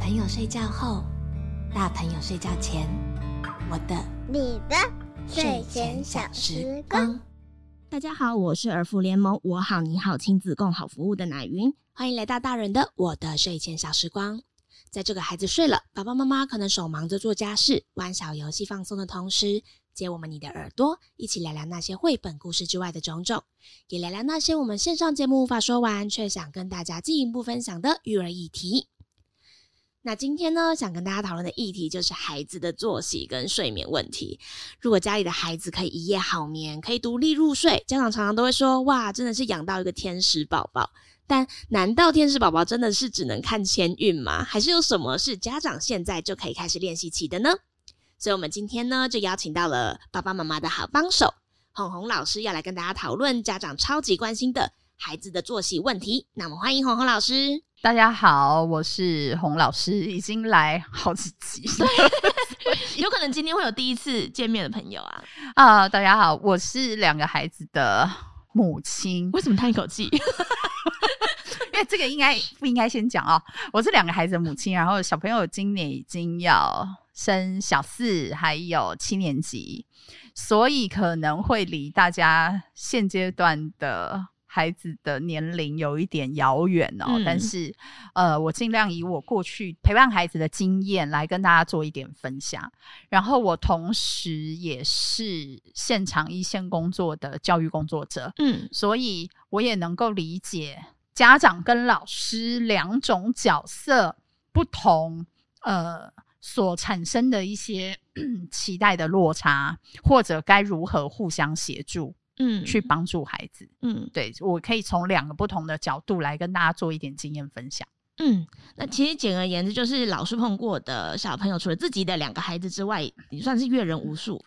朋友睡觉后，大朋友睡觉前，我的、 你的睡前小时光。 大家好，我是儿福联盟我好你好亲子共好服务的乃云，欢迎来到大人的我的睡前小时光。在这个孩子睡了，爸爸妈妈可能手忙着做家事、玩小游戏放松的同时，借我们你的耳朵，一起聊聊那些绘本故事之外的种种，也聊聊那些我们线上节目无法说完，却想跟大家进一步分享的育儿议题。那今天呢，想跟大家讨论的议题就是孩子的作息跟睡眠问题。如果家里的孩子可以一夜好眠，可以独立入睡，家长常常都会说，哇，真的是养到一个天使宝宝。但难道天使宝宝真的是只能看签运吗？还是有什么是家长现在就可以开始练习起的呢？所以我们今天呢，就邀请到了爸爸妈妈的好帮手红红老师，要来跟大家讨论家长超级关心的孩子的作息问题。那我们欢迎红红老师。 大家好，我是洪老师，已经来好几集了有可能今天会有第一次见面的朋友啊。 大家好，我是两个孩子的母亲。 为什么叹一口气？ 因为这个不应该先讲哦。我是两个孩子的母亲，然后小朋友今年已经要升小4还有7年级，所以可能会离大家现阶段的孩子的年龄有一点遥远哦。但是我尽量以我过去陪伴孩子的经验来跟大家做一点分享，然后我同时也是现场一线工作的教育工作者，所以我也能够理解家长跟老师两种角色不同所产生的一些期待的落差，或者该如何互相协助去帮助孩子。对，我可以从两个不同的角度来跟大家做一点经验分享。 那其实简而言之，就是老师碰过的小朋友，除了自己的两个孩子之外，你算是阅儿无数。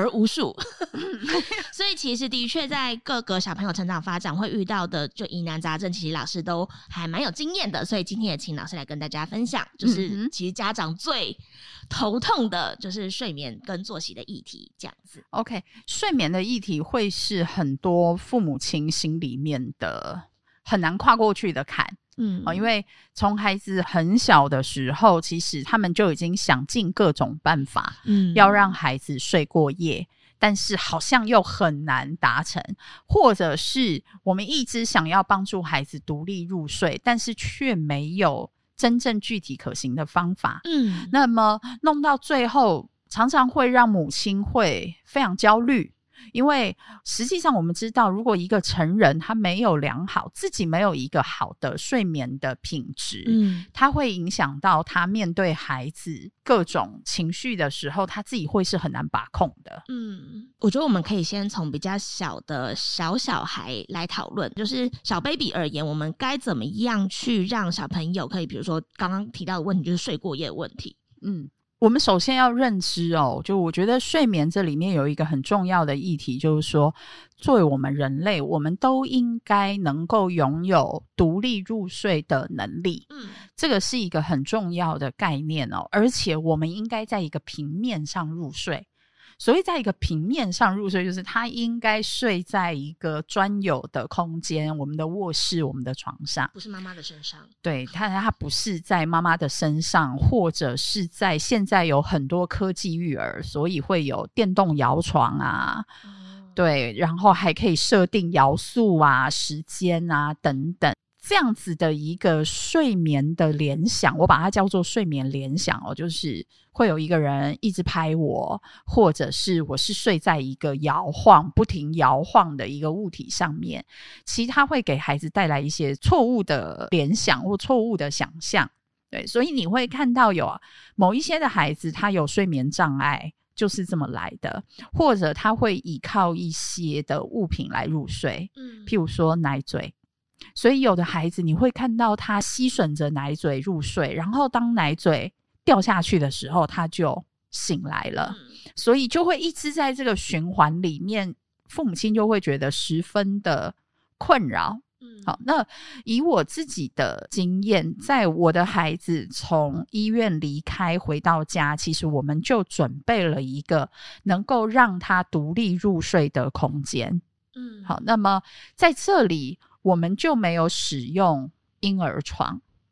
所以其实的确在各个小朋友成长发展会遇到的就疑难杂症，其实老师都还蛮有经验的。所以今天也请老师来跟大家分享，就是其实家长最头痛的就是睡眠跟作息的议题这样子。 OK， 睡眠的议题会是很多父母亲心里面的很难跨过去的坎。因为从孩子很小的时候，其实他们就已经想尽各种办法要让孩子睡过夜，但是好像又很难达成，或者是我们一直想要帮助孩子独立入睡，但是却没有真正具体可行的方法。那么弄到最后常常会让母亲会非常焦虑，因为实际上我们知道，如果一个成人他没有自己没有一个好的睡眠的品质，他会影响到他面对孩子各种情绪的时候，他自己会是很难把控的。 我觉得我们可以先从比较小的小孩来讨论，就是小 baby 而言，我们该怎么样去让小朋友可以，比如说刚刚提到的问题，就是睡过夜的问题。 我们首先要认知就我觉得睡眠这里面有一个很重要的议题，就是说作为我们人类，我们都应该能够拥有独立入睡的能力。这个是一个很重要的概念而且我们应该在一个平面上入睡。所以在一个平面上入睡，就是他应该睡在一个专有的空间，我们的卧室，我们的床上， 不是妈妈的身上。 对，他不是在妈妈的身上，或者是在现在有很多科技育儿，所以会有电动摇床啊，对，然后还可以设定摇速啊、时间啊等等。这样子的一个睡眠的联想，我把它叫做睡眠联想就是会有一个人一直拍我，或者是我是睡在一个不停摇晃的一个物体上面，其实它会给孩子带来一些错误的联想或错误的想象。对，所以你会看到有某一些的孩子他有睡眠障碍，就是这么来的，或者他会依靠一些的物品来入睡，譬如说奶嘴。所以有的孩子你会看到他吸吮着奶嘴入睡，然后当奶嘴掉下去的时候他就醒来了，所以就会一直在这个循环里面，父母亲就会觉得十分的困扰。好，那以我自己的经验，在我的孩子从医院离开回到家，其实我们就准备了一个能够让他独立入睡的空间。好，那么在这里我们就没有使用婴儿床。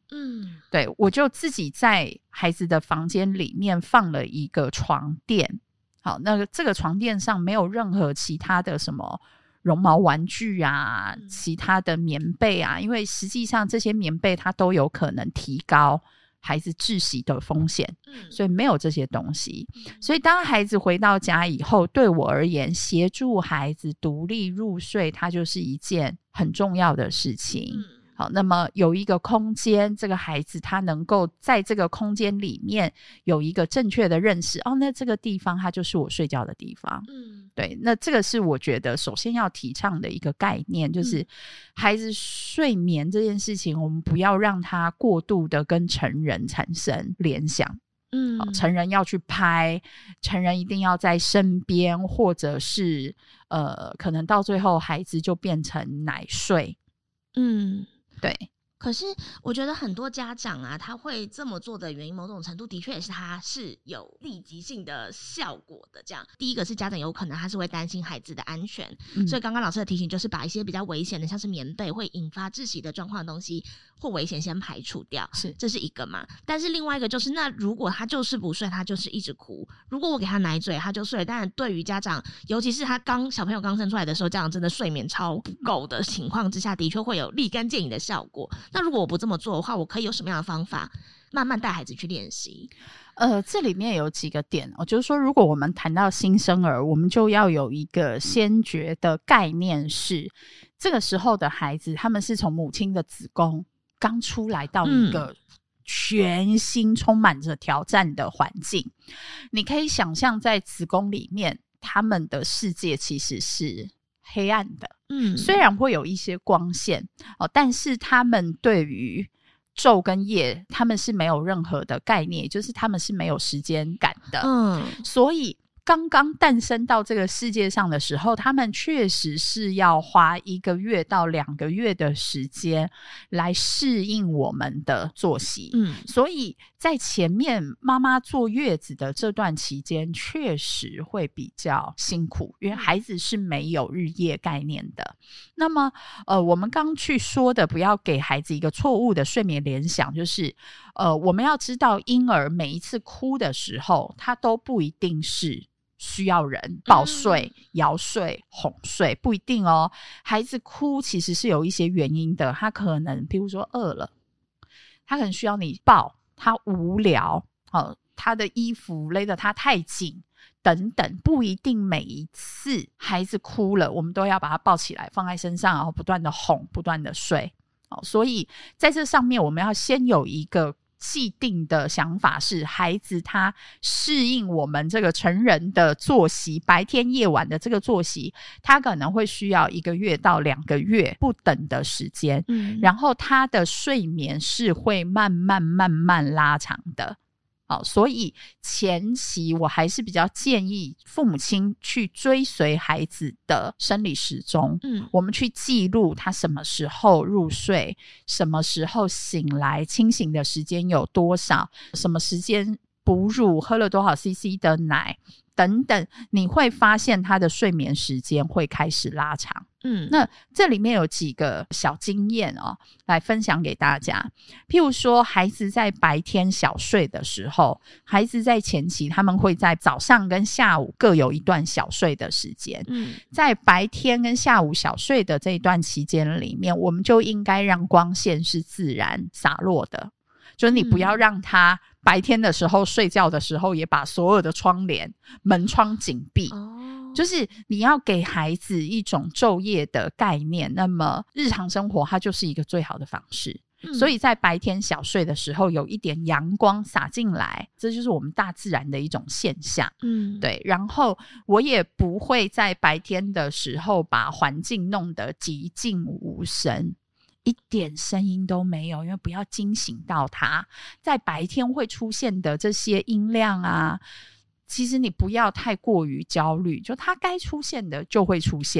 对，我就自己在孩子的房间里面放了一个床垫。好，那这个床垫上没有任何其他的什么绒毛玩具啊，其他的棉被啊，因为实际上这些棉被它都有可能提高孩子窒息的风险，所以没有这些东西。所以当孩子回到家以后，对我而言，协助孩子独立入睡，它就是一件很重要的事情。好，那么有一个空间，这个孩子他能够在这个空间里面有一个正确的认识，那这个地方它就是我睡觉的地方。对，那这个是我觉得首先要提倡的一个概念，就是孩子睡眠这件事情，我们不要让他过度的跟成人产生联想。成人要去拍，成人一定要在身边，或者是可能到最后孩子就变成奶睡。对， 可是我觉得很多家长啊，他会这么做的原因，某种程度的确也是他是有立即性的效果的。这样，第一个是家长有可能他是会担心孩子的安全，所以刚刚老师的提醒就是把一些比较危险的，像是棉被会引发窒息的状况的东西或危险先排除掉，这是一个嘛。但是另外一个就是，那如果他就是不睡，他就是一直哭，如果我给他奶嘴他就睡，当然对于家长，尤其是他小朋友刚生出来的时候，家长真的睡眠超不够的情况之下，的确会有立竿见影的效果。那如果我不这么做的话，我可以有什么样的方法慢慢带孩子去练习？ 这里面有几个点就是说，如果我们谈到新生儿，我们就要有一个先决的概念是，这个时候的孩子他们是从母亲的子宫刚出来到一个全新充满着挑战的环境。你可以想象在子宫里面他们的世界其实是黑暗的，虽然会有一些光线但是他们对于昼跟夜他们是没有任何的概念，就是他们是没有时间感的。所以刚刚诞生到这个世界上的时候，他们确实是要花1个月到2个月的时间来适应我们的作息。所以在前面妈妈坐月子的这段期间确实会比较辛苦，因为孩子是没有日夜概念的。那么我们刚去说的，不要给孩子一个错误的睡眠联想，就是我们要知道婴儿每一次哭的时候，他都不一定是需要人抱睡、摇睡、哄睡，不一定哦。孩子哭其实是有一些原因的，他可能譬如说饿了，他可能需要你抱，他无聊他的衣服勒得他太紧等等，不一定每一次孩子哭了我们都要把他抱起来放在身上，然后不断的哄不断的睡。所以在这上面我们要先有一个既定的想法，是孩子他适应我们这个成人的作息，白天夜晚的这个作息，他可能会需要1个月到2个月不等的时间，然后他的睡眠是会慢慢拉长的。所以前期我还是比较建议父母亲去追随孩子的生理时钟，我们去记录他什么时候入睡，什么时候醒来，清醒的时间有多少，什么时间哺乳，喝了多少 cc 的奶等等，你会发现他的睡眠时间会开始拉长。那这里面有几个小经验来分享给大家。譬如说孩子在白天小睡的时候，孩子在前期他们会在早上跟下午各有一段小睡的时间，在白天跟下午小睡的这一段期间里面，我们就应该让光线是自然洒落的，就是你不要让他白天的时候睡觉的时候也把所有的窗帘门窗紧闭，就是你要给孩子一种昼夜的概念，那么日常生活它就是一个最好的方式。所以在白天小睡的时候有一点阳光洒进来，这就是我们大自然的一种现象。对。然后我也不会在白天的时候把环境弄得极静无声，一点声音都没有，因为不要惊醒到他。在白天会出现的这些音量啊，其实你不要太过于焦虑，就它该出现的就会出现。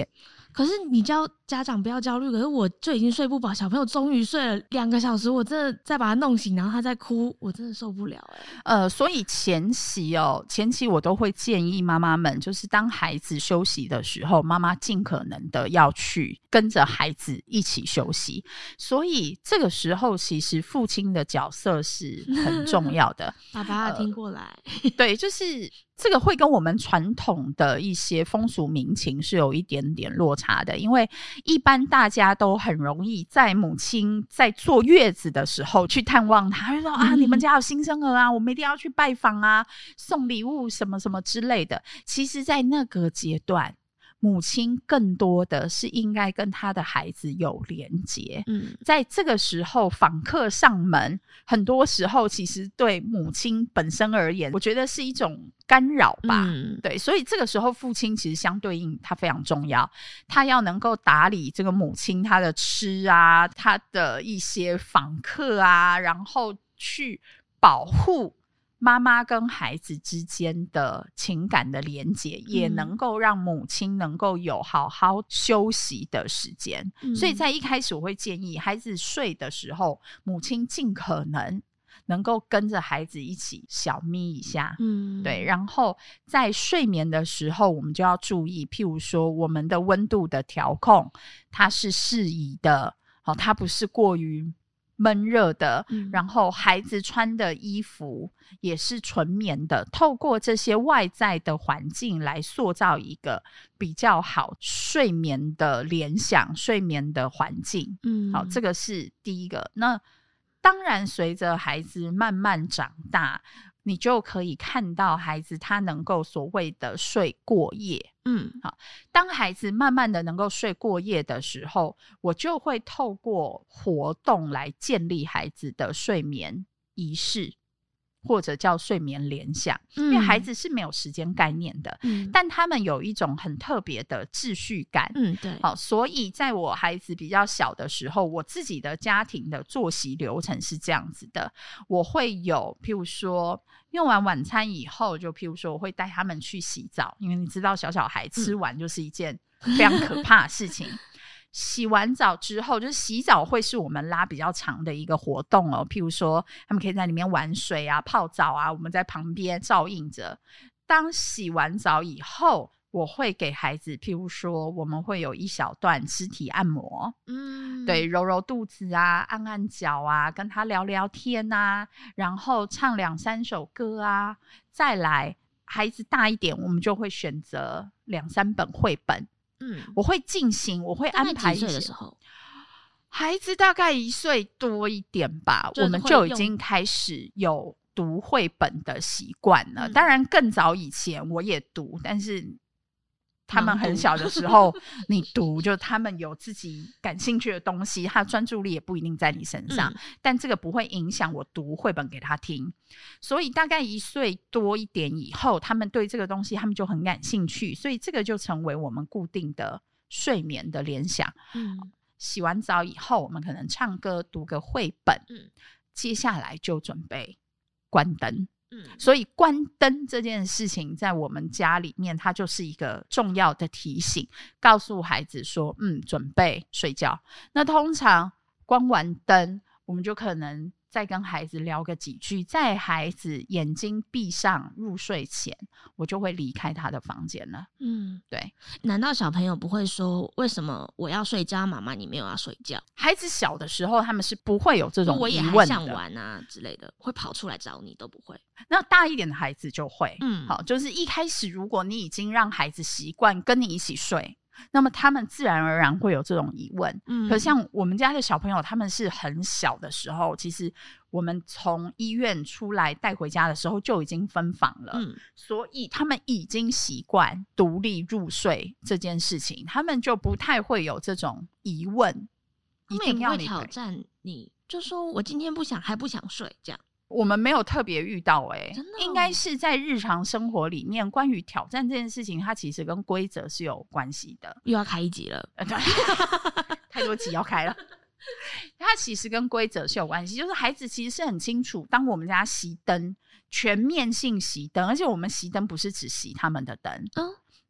可是你教家长不要焦虑，可是我就已经睡不饱，小朋友终于睡了2个小时，我真的再把他弄醒，然后他再哭，我真的受不了所以前期我都会建议妈妈们，就是当孩子休息的时候，妈妈尽可能的要去跟着孩子一起休息。所以这个时候其实父亲的角色是很重要的。 爸爸听过来对，就是这个会跟我们传统的一些风俗民情是有一点点落差的，因为一般大家都很容易在母亲在坐月子的时候去探望她，就说啊，你们家有新生儿啊，我们一定要去拜访啊，送礼物什么什么之类的。其实在那个阶段，母亲更多的是应该跟她的孩子有连结。在这个时候访客上门，很多时候其实对母亲本身而言，我觉得是一种干扰吧。对，所以这个时候父亲其实相对应他非常重要，他要能够打理这个母亲她的吃啊，她的一些访客啊，然后去保护妈妈跟孩子之间的情感的连结，也能够让母亲能够有好好休息的时间。所以在一开始我会建议孩子睡的时候，母亲尽可能够跟着孩子一起小眯一下。对，然后在睡眠的时候我们就要注意，譬如说我们的温度的调控它是适宜的，它不是过于闷热的，然后孩子穿的衣服也是纯棉的，透过这些外在的环境来塑造一个比较好睡眠的联想，睡眠的环境。好，这个是第一个。那当然随着孩子慢慢长大，你就可以看到孩子他能够所谓的睡过夜。好，当孩子慢慢的能够睡过夜的时候，我就会透过活动来建立孩子的睡眠仪式，或者叫睡眠联想。因为孩子是没有时间概念的，但他们有一种很特别的秩序感。对，好，所以在我孩子比较小的时候，我自己的家庭的作息流程是这样子的，我会有譬如说用完晚餐以后，就譬如说我会带他们去洗澡，因为你知道小孩吃完就是一件非常可怕的事情。洗完澡之后，就是洗澡会是我们拉比较长的一个活动譬如说他们可以在里面玩水啊、泡澡啊，我们在旁边照应着。当洗完澡以后，我会给孩子譬如说我们会有一小段肢体按摩。对，揉揉肚子啊，按按脚啊，跟他聊聊天啊，然后唱2-3首歌啊。再来孩子大一点，我们就会选择2-3本绘本。我会安排一些。大概几岁的时候？孩子大概1岁多一点吧，我们就已经开始有读绘本的习惯了。当然更早以前我也读，但是他们很小的时候你读就他们有自己感兴趣的东西，他的专注力也不一定在你身上，但这个不会影响我读绘本给他听。所以大概1岁多一点以后，他们对这个东西他们就很感兴趣，所以这个就成为我们固定的睡眠的联想。洗完澡以后我们可能唱歌读个绘本，接下来就准备关灯。所以关灯这件事情在我们家里面它就是一个重要的提醒，告诉孩子说准备睡觉。那通常关完灯我们就可能再跟孩子聊个几句，在孩子眼睛闭上入睡前，我就会离开他的房间了。对。 难道小朋友不会说为什么我要睡觉，妈妈你没有要睡觉？ 孩子小的时候他们是不会有这种疑问的， 我也还想玩啊之类的，会跑出来找你都不会。 那大一点的孩子就会好，就是一开始如果你已经让孩子习惯跟你一起睡，那么他们自然而然会有这种疑问。可是像我们家的小朋友，他们是很小的时候，其实我们从医院出来带回家的时候就已经分房了，所以他们已经习惯独立入睡这件事情，他们就不太会有这种疑问。 他们也不会挑战你，就说我今天不想还不想睡这样。 我们没有特别遇到应该是在日常生活里面关于挑战这件事情，它其实跟规则是有关系的。 又要开一集了太多集要开了它其实跟规则是有关系，就是孩子其实是很清楚，当我们家熄灯全面性熄灯，而且我们熄灯不是只熄他们的灯，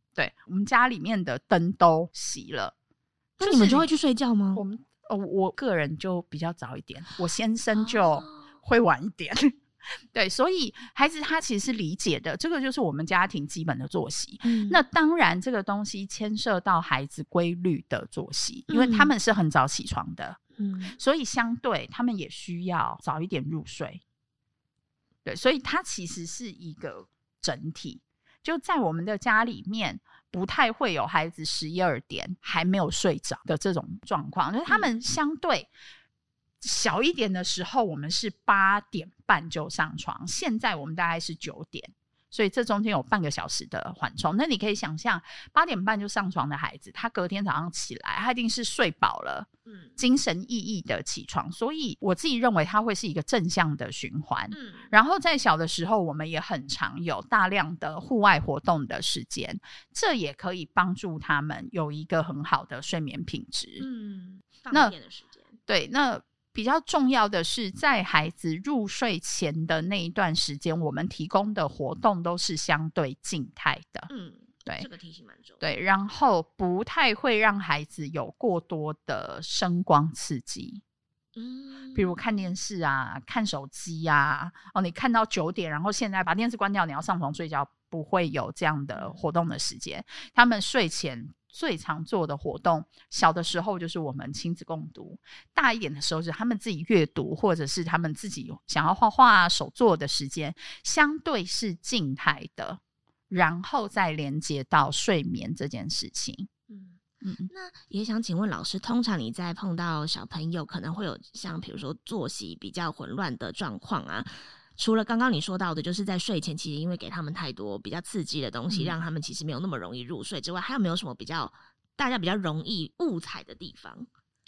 对，我们家里面的灯都熄了。 那你们就会去睡觉吗？ 我个人就比较早一点，我先生就会晚一点。对，所以孩子他其实是理解的，这个就是我们家庭基本的作息。那当然这个东西牵涉到孩子规律的作息，因为他们是很早起床的，所以相对他们也需要早一点入睡。对，所以它其实是一个整体，就在我们的家里面不太会有孩子11、12点还没有睡着的这种状况，就是他们相对小一点的时候我们是8点半就上床，现在我们大概是9点，所以这中间有半个小时的缓冲。那你可以想象8点半就上床的孩子，他隔天早上起来他一定是睡饱了，精神奕奕的起床，所以我自己认为它会是一个正向的循环。然后在小的时候我们也很常有大量的户外活动的时间，这也可以帮助他们有一个很好的睡眠品质。 放一点的时间。 对，那比较重要的是在孩子入睡前的那一段时间，我们提供的活动都是相对静态的。对， 这个提醒蛮重要。 对，然后不太会让孩子有过多的声光刺激。比如看电视啊，看手机啊，你看到9点，然后现在把电视关掉，你要上床睡觉，不会有这样的活动的时间。他们睡前最常做的活动，小的时候就是我们亲子共读，大一点的时候是他们自己阅读，或者是他们自己想要画画手作的时间，相对是静态的，然后再连接到睡眠这件事情。 那也想请问老师，通常你在碰到小朋友可能会有像比如说作息比较混乱的状况啊，除了刚刚你说到的就是在睡前其实因为给他们太多比较刺激的东西，让他们其实没有那么容易入睡之外，还有没有什么大家比较容易误踩的地方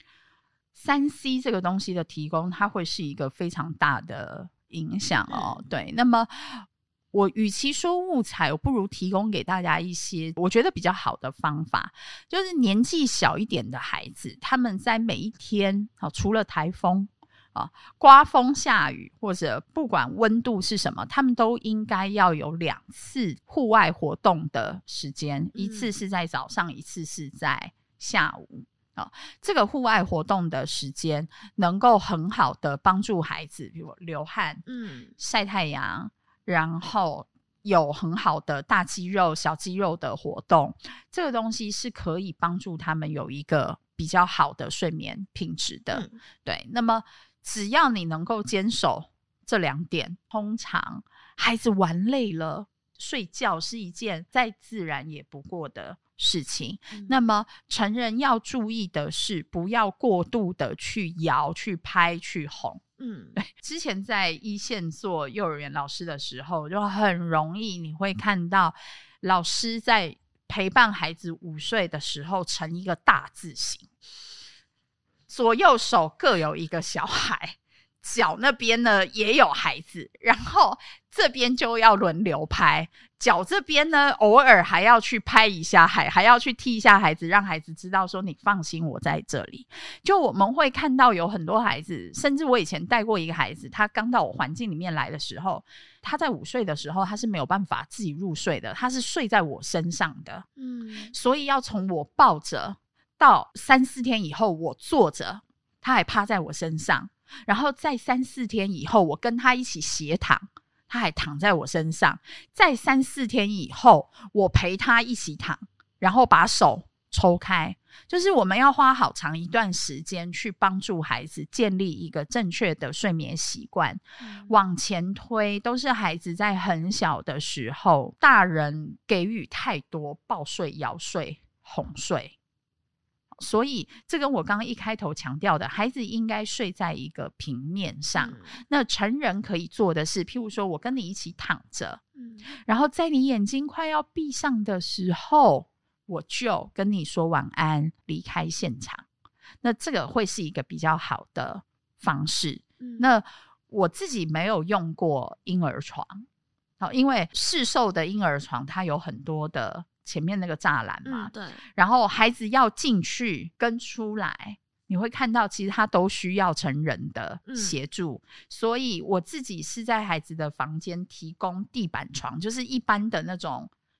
？3C 这个东西的提供，它会是一个非常大的影响哦。对，那么我与其说误踩，我不如提供给大家一些我觉得比较好的方法，就是年纪小一点的孩子，他们在每一天除了台风刮风下雨或者不管温度是什么，他们都应该要有2次户外活动的时间，一次是在早上，一次是在下午。这个户外活动的时间能够很好的帮助孩子，比如流汗，晒太阳，然后有很好的大肌肉小肌肉的活动，这个东西是可以帮助他们有一个比较好的睡眠品质的。对，那么只要你能够坚守这2点，通常孩子玩累了，睡觉是一件再自然也不过的事情。那么成人要注意的是不要过度的去摇去拍去哄。对，之前在一线做幼儿园老师的时候，就很容易你会看到老师在陪伴孩子午睡的时候成一个大字形，左右手各有一个小孩，脚那边呢也有孩子，然后这边就要轮流拍，脚这边呢偶尔还要去拍一下还要去踢一下孩子，让孩子知道说你放心我在这里。就我们会看到有很多孩子，甚至我以前带过一个孩子，他刚到我环境里面来的时候，他在午睡的时候他是没有办法自己入睡的，他是睡在我身上的。所以要从我抱着到3、4天以后我坐着，他还趴在我身上，然后在3、4天以后我跟他一起斜躺，他还躺在我身上，在3、4天以后我陪他一起躺，然后把手抽开。就是我们要花好长一段时间去帮助孩子建立一个正确的睡眠习惯。往前推都是孩子在很小的时候，大人给予太多抱睡摇睡哄睡，所以这跟我刚刚一开头强调的，孩子应该睡在一个平面上。那成人可以做的是，譬如说我跟你一起躺着，然后在你眼睛快要闭上的时候，我就跟你说晚安，离开现场。那这个会是一个比较好的方式。那我自己没有用过婴儿床，因为市售的婴儿床它有很多的前面那个栅栏嘛， 对， 然后孩子要进去跟出来，你会看到其实他都需要成人的协助。所以我自己是在孩子的房间提供地板床，就是一般的那种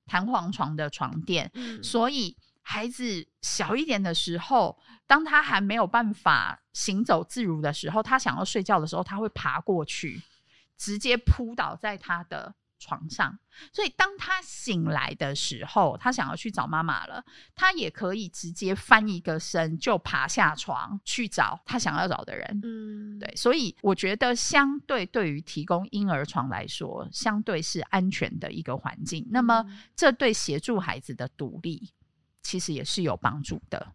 弹簧床的床垫，所以孩子小一点的时候，当他还没有办法行走自如的时候，他想要睡觉的时候，他会爬过去直接扑倒在他的床上，所以当他醒来的时候，他想要去找妈妈了，他也可以直接翻一个身就爬下床去找他想要找的人。对，所以我觉得相对对于提供婴儿床来说，相对是安全的一个环境，那么这对协助孩子的独立其实也是有帮助的。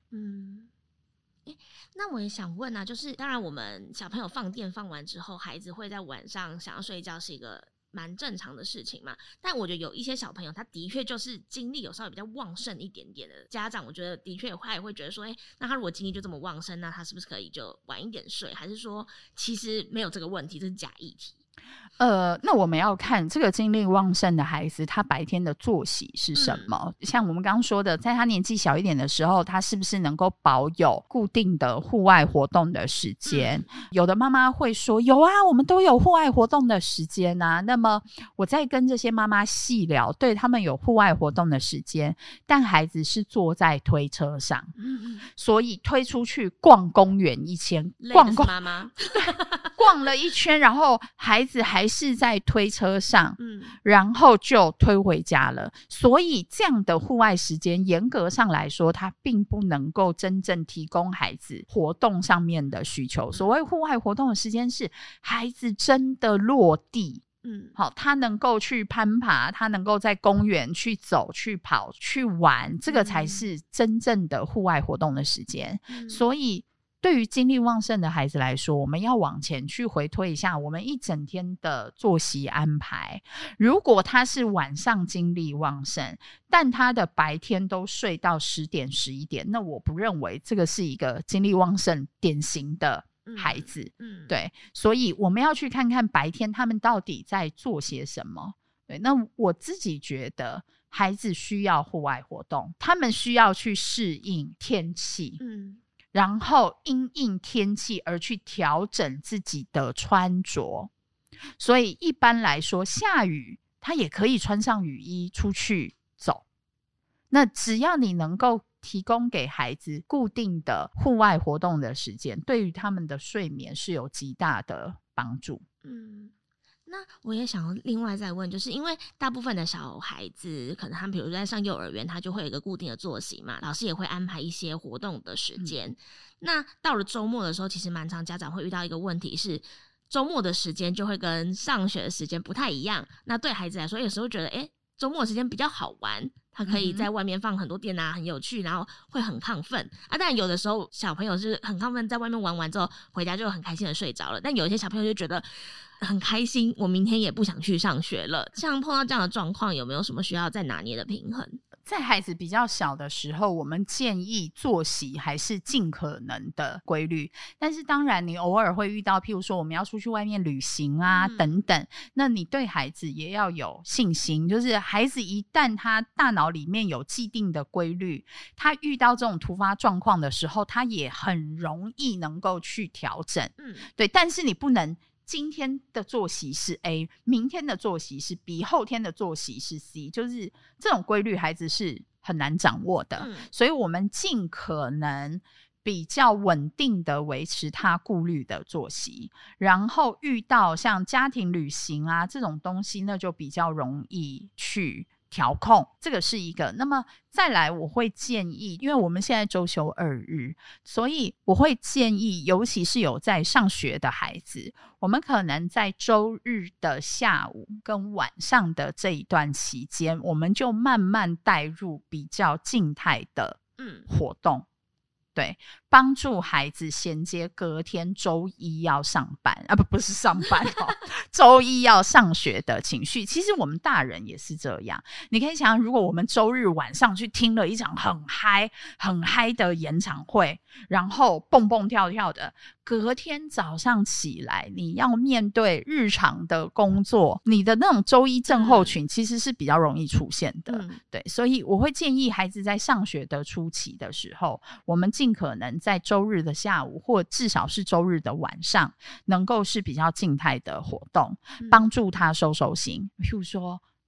那我也想问啊，就是当然我们小朋友放电放完之后，孩子会在晚上想要睡觉是一个蛮正常的事情嘛，但我觉得有一些小朋友他的确就是精力有稍微比较旺盛一点点的家长，我觉得的确他也会觉得说那他如果精力就这么旺盛，那他是不是可以就晚一点睡，还是说其实没有这个问题，这是假议题？ 那我们要看这个精力旺盛的孩子他白天的作息是什么，像我们刚刚说的，在他年纪小一点的时候，他是不是能够保有固定的户外活动的时间。有的妈妈会说有啊，我们都有户外活动的时间啊，那么我在跟这些妈妈细聊，对，他们有户外活动的时间，但孩子是坐在推车上，所以推出去逛公园，以前逛妈妈逛了一圈，然后孩子还是在推车上，然后就推回家了。所以这样的户外时间严格上来说，它并不能够真正提供孩子活动上面的需求。所谓户外活动的时间是孩子真的落地，好，他能够去攀爬，他能够在公园去走去跑去玩，这个才是真正的户外活动的时间。所以对于精力旺盛的孩子来说，我们要往前去回推一下我们一整天的作息安排。如果他是晚上精力旺盛，但他的白天都睡到10点11点，那我不认为这个是一个精力旺盛典型的孩子。对，所以我们要去看看白天他们到底在做些什么。对，那我自己觉得孩子需要户外活动，他们需要去适应天气，然后因应天气而去调整自己的穿着。所以一般来说，下雨他也可以穿上雨衣出去走。那只要你能够提供给孩子固定的户外活动的时间，对于他们的睡眠是有极大的帮助。 那我也想要另外再问，就是因为大部分的小孩子可能他们比如在上幼儿园，他就会有一个固定的作息嘛，老师也会安排一些活动的时间。那到了周末的时候，其实蛮常家长会遇到一个问题是，周末的时间就会跟上学的时间不太一样。那对孩子来说，有时候觉得周末的时间比较好玩，他可以在外面放很多电啊，很有趣，然后会很亢奋啊。但有的时候小朋友是很亢奋，在外面玩完之后回家就很开心的睡着了。但有一些小朋友就觉得很开心，我明天也不想去上学了。像碰到这样的状况，有没有什么需要再拿捏的平衡？ 在孩子比较小的时候，我们建议作息还是尽可能的规律，但是当然你偶尔会遇到譬如说我们要出去外面旅行啊等等，那你对孩子也要有信心，就是孩子一旦他大脑里面有既定的规律，他遇到这种突发状况的时候，他也很容易能够去调整。对，但是你不能今天的作息是 A， 明天的作息是 B， 后天的作息是 C， 就是这种规律孩子是很难掌握的。所以我们尽可能比较稳定的维持他顾虑的作息，然后遇到像家庭旅行啊这种东西，那就比较容易去调控，这个是一个。那么再来我会建议，因为我们现在周休2日，所以我会建议尤其是有在上学的孩子，我们可能在周日的下午跟晚上的这一段期间，我们就慢慢带入比较静态的活动，对，帮助孩子衔接隔天周一要上班啊，不是上班周一要上学的情绪。其实我们大人也是这样，你可以想象，如果我们周日晚上去听了一场很嗨的演唱会，然后蹦蹦跳跳的，隔天早上起来你要面对日常的工作，你的那种周一症候群其实是比较容易出现的。对，所以我会建议孩子在上学的初期的时候，我们尽可能在周日的下午或至少是周日的晚上能够是比较静态的活动，帮助他收心。譬如说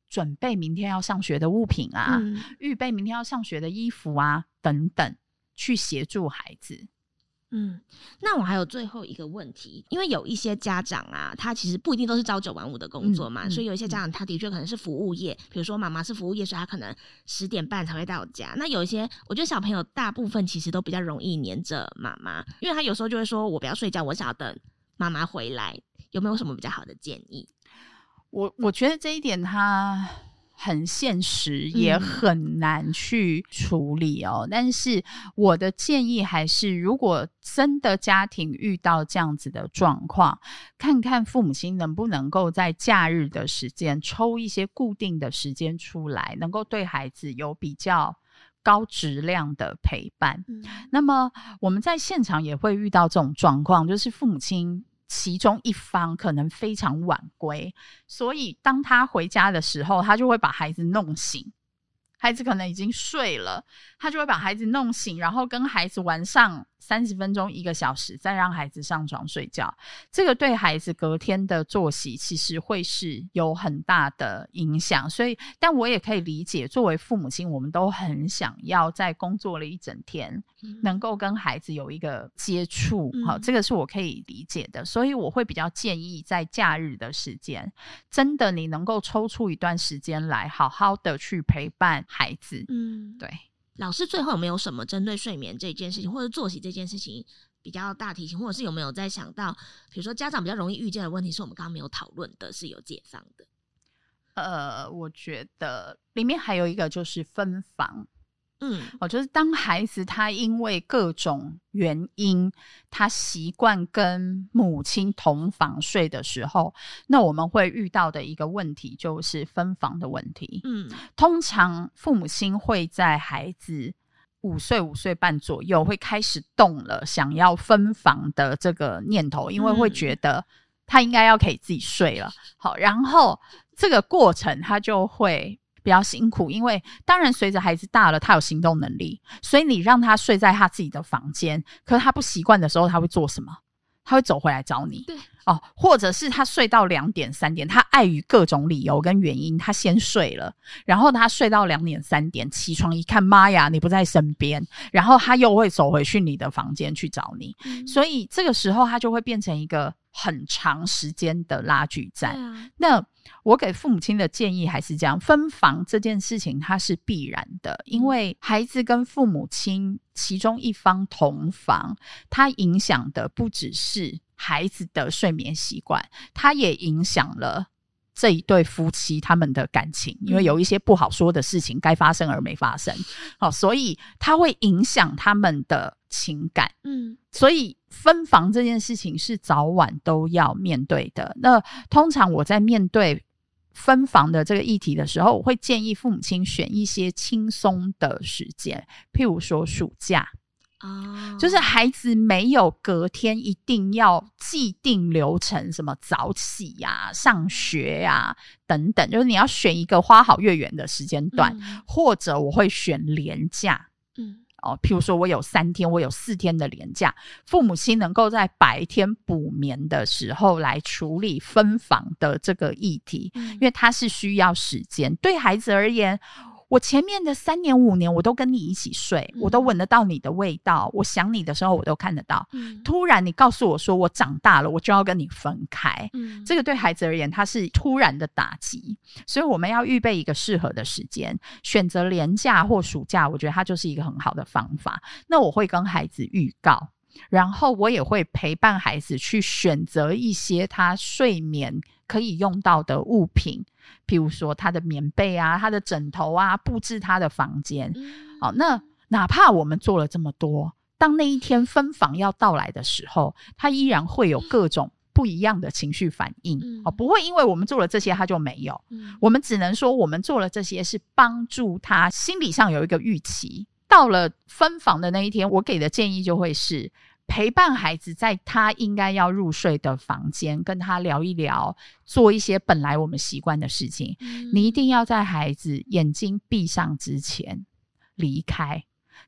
准备明天要上学的物品啊，预备明天要上学的衣服啊等等，去协助孩子。 那我还有最后一个问题，因为有一些家长啊，他其实不一定都是朝九晚五的工作嘛，所以有一些家长他的确可能是服务业，比如说妈妈是服务业，所以他可能10点半才会到家。那有一些我觉得小朋友大部分其实都比较容易黏着妈妈，因为他有时候就会说我不要睡觉，我想要等妈妈回来，有没有什么比较好的建议？ 我觉得这一点他很现实，也很难去处理哦。但是我的建议还是，如果真的家庭遇到这样子的状况，看看父母亲能不能够在假日的时间抽一些固定的时间出来，能够对孩子有比较高质量的陪伴。那么我们在现场也会遇到这种状况，就是父母亲其中一方可能非常晚归，所以当他回家的时候，他就会把孩子弄醒，孩子可能已经睡了，他就会把孩子弄醒，然后跟孩子玩上30分钟1个小时，再让孩子上床睡觉。这个对孩子隔天的作息其实会是有很大的影响。所以但我也可以理解，作为父母亲我们都很想要在工作了一整天能够跟孩子有一个接触，好，这个是我可以理解的。所以我会比较建议在假日的时间，真的你能够抽出一段时间来好好的去陪伴孩子。对。 老师最后有没有什么针对睡眠这件事情或者作息这件事情比较大提醒，或者是有没有在想到比如说家长比较容易遇见的问题是我们刚刚没有讨论的，是有解放的？ 我觉得里面还有一个就是分房。就是当孩子他因为各种原因他习惯跟母亲同房睡的时候，那我们会遇到的一个问题就是分房的问题。通常父母亲会在孩子5岁5岁半左右会开始动了想要分房的这个念头，因为会觉得他应该要可以自己睡了。好，然后这个过程他就会比较辛苦，因为当然随着孩子大了他有行动能力，所以你让他睡在他自己的房间，可是他不习惯的时候他会做什么？他会走回来找你。 对或者是他睡到2点3点，他碍于各种理由跟原因他先睡了，然后他睡到2点3点起床一看，妈呀你不在身边，然后他又会走回去你的房间去找你。所以这个时候他就会变成一个很长时间的拉锯战。那我给父母亲的建议还是这样，分房这件事情它是必然的，因为孩子跟父母亲其中一方同房，它影响的不只是孩子的睡眠习惯，它也影响了这一对夫妻他们的感情，因为有一些不好说的事情该发生而没发生，所以它会影响他们的情感。所以分房这件事情是早晚都要面对的。那通常我在面对分房的这个议题的时候，我会建议父母亲选一些轻松的时间，譬如说暑假。就是孩子没有隔天一定要既定流程，什么早起啊上学啊等等，就是你要选一个花好月圆的时间段，或者我会选连假。譬如说我有3天我有4天的连假，父母亲能够在白天补眠的时候来处理分房的这个议题，因为它是需要时间。对孩子而言，我前面的3年5年我都跟你一起睡，我都闻得到你的味道，我想你的时候我都看得到，突然你告诉我说我长大了我就要跟你分开，这个对孩子而言它是突然的打击。所以我们要预备一个适合的时间，选择连假或暑假，我觉得它就是一个很好的方法。那我会跟孩子预告，然后我也会陪伴孩子去选择一些他睡眠可以用到的物品，譬如说他的棉被啊他的枕头啊，布置他的房间。那哪怕我们做了这么多，当那一天分房要到来的时候，他依然会有各种不一样的情绪反应。不会因为我们做了这些他就没有，我们只能说我们做了这些是帮助他心理上有一个预期。到了分房的那一天，我给的建议就会是陪伴孩子在他应该要入睡的房间，跟他聊一聊，做一些本来我们习惯的事情。你一定要在孩子眼睛闭上之前离开，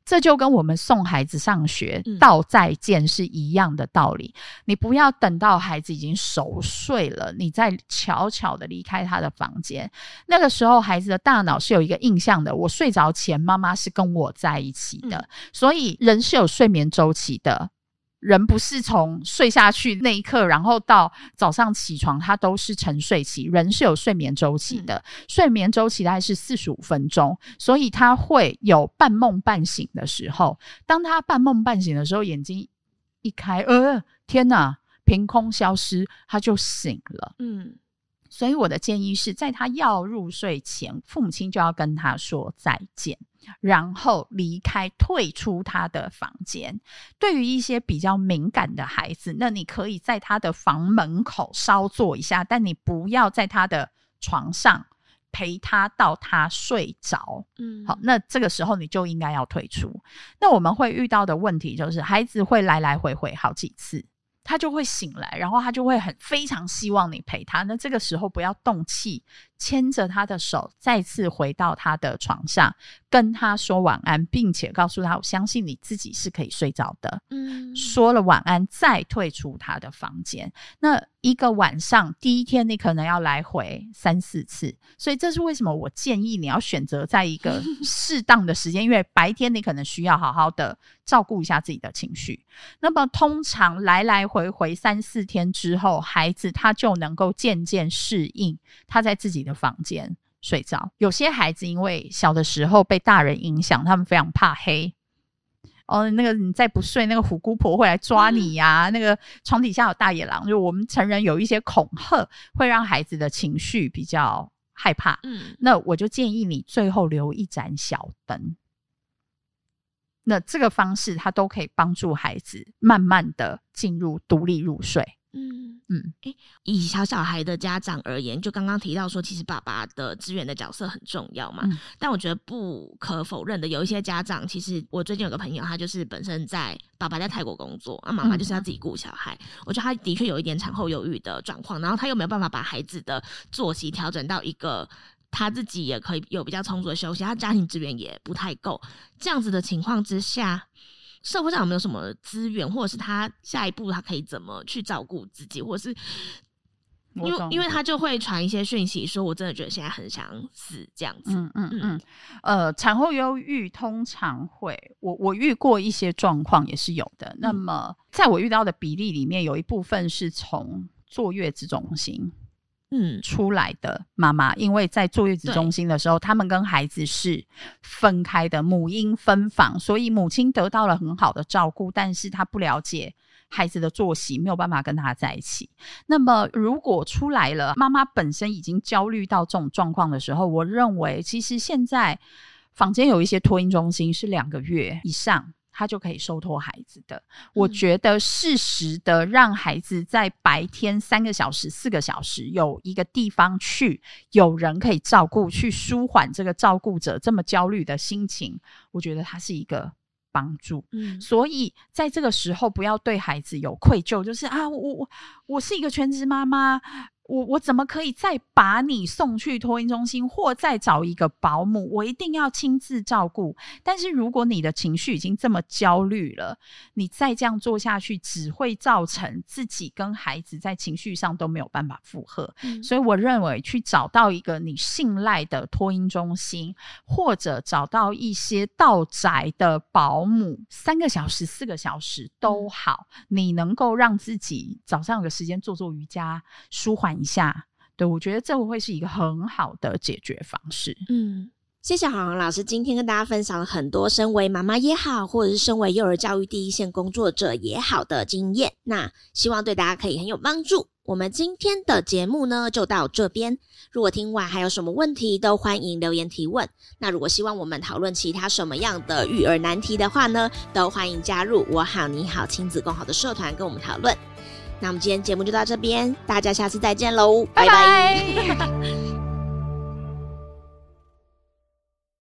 这就跟我们送孩子上学道再见是一样的道理，你不要等到孩子已经熟睡了，你再悄悄的离开他的房间。那个时候孩子的大脑是有一个印象的，我睡着前妈妈是跟我在一起的，所以人是有睡眠周期的，人不是从睡下去那一刻然后到早上起床他都是沉睡期，人是有睡眠周期的，睡眠周期大概是45分钟，所以他会有半梦半醒的时候，当他半梦半醒的时候，眼睛一开天哪，凭空消失，他就醒了。所以我的建议是在他要入睡前，父母亲就要跟他说再见，然后离开退出他的房间。对于一些比较敏感的孩子，那你可以在他的房门口稍坐一下，但你不要在他的床上陪他到他睡着。好，那这个时候你就应该要退出。那我们会遇到的问题就是孩子会来来回回好几次，他就会醒来，然后他就会非常希望你陪他，那这个时候不要动气，牵着他的手再次回到他的床上，跟他说晚安，并且告诉他我相信你自己是可以睡着的。说了晚安再退出他的房间。那一个晚上第一天你可能要来回3-4次，所以这是为什么我建议你要选择在一个适当的时间因为白天你可能需要好好的照顾一下自己的情绪。那么通常来来回回3-4天之后，孩子他就能够渐渐适应他在自己的房间睡着。有些孩子因为小的时候被大人影响，他们非常怕黑，那个你再不睡，那个虎姑婆会来抓你呀，那个床底下有大野狼，就我们成人有一些恐吓，会让孩子的情绪比较害怕。那我就建议你最后留一盏小灯，那这个方式它都可以帮助孩子慢慢的进入独立入睡。 以小孩的家长而言，就刚刚提到说其实爸爸的支援的角色很重要嘛，但我觉得不可否认的，有一些家长，其实我最近有个朋友，他就是本身爸爸在泰国工作，妈妈就是要自己顾小孩，我觉得他的确有一点产后忧郁的状况，然后他又没有办法把孩子的作息调整到一个他自己也可以有比较充足的休息，他家庭资源也不太够，这样子的情况之下，社会上有没有什么资源，或者是他下一步他可以怎么去照顾自己，或者是因为他就会传一些讯息说我真的觉得现在很想死这样子。 产后忧郁通常会我遇过一些状况也是有的，那么在我遇到的比例里面，有一部分是从坐月子中心出来的妈妈，因为在坐月子中心的时候，他们跟孩子是分开的，母婴分房，所以母亲得到了很好的照顾，但是她不了解孩子的作息，没有办法跟他在一起。那么如果出来了，妈妈本身已经焦虑到这种状况的时候，我认为其实现在坊间有一些托婴中心是2个月以上他就可以收托孩子的。我觉得适时的让孩子在白天3个小时4个小时有一个地方去，有人可以照顾，去舒缓这个照顾者这么焦虑的心情，我觉得它是一个帮助。所以在这个时候不要对孩子有愧疚，就是我是一个全职妈妈，我怎么可以再把你送去托婴中心，或再找一个保姆，我一定要亲自照顾。但是如果你的情绪已经这么焦虑了，你再这样做下去，只会造成自己跟孩子在情绪上都没有办法负荷。所以我认为去找到一个你信赖的托婴中心，或者找到一些到宅的保姆，3个小时4个小时都好，你能够让自己早上有个时间做瑜伽，舒缓一下，对，我觉得这会是一个很好的解决方式。 谢谢好好老师今天跟大家分享了很多身为妈妈也好，或者是身为幼儿教育第一线工作者也好的经验，那希望对大家可以很有帮助。我们今天的节目呢就到这边，如果听完还有什么问题都欢迎留言提问，那如果希望我们讨论其他什么样的育儿难题的话呢，都欢迎加入我好你好亲子共好的社团跟我们讨论。那我们今天节目就到这边，大家下次再见喽，拜拜。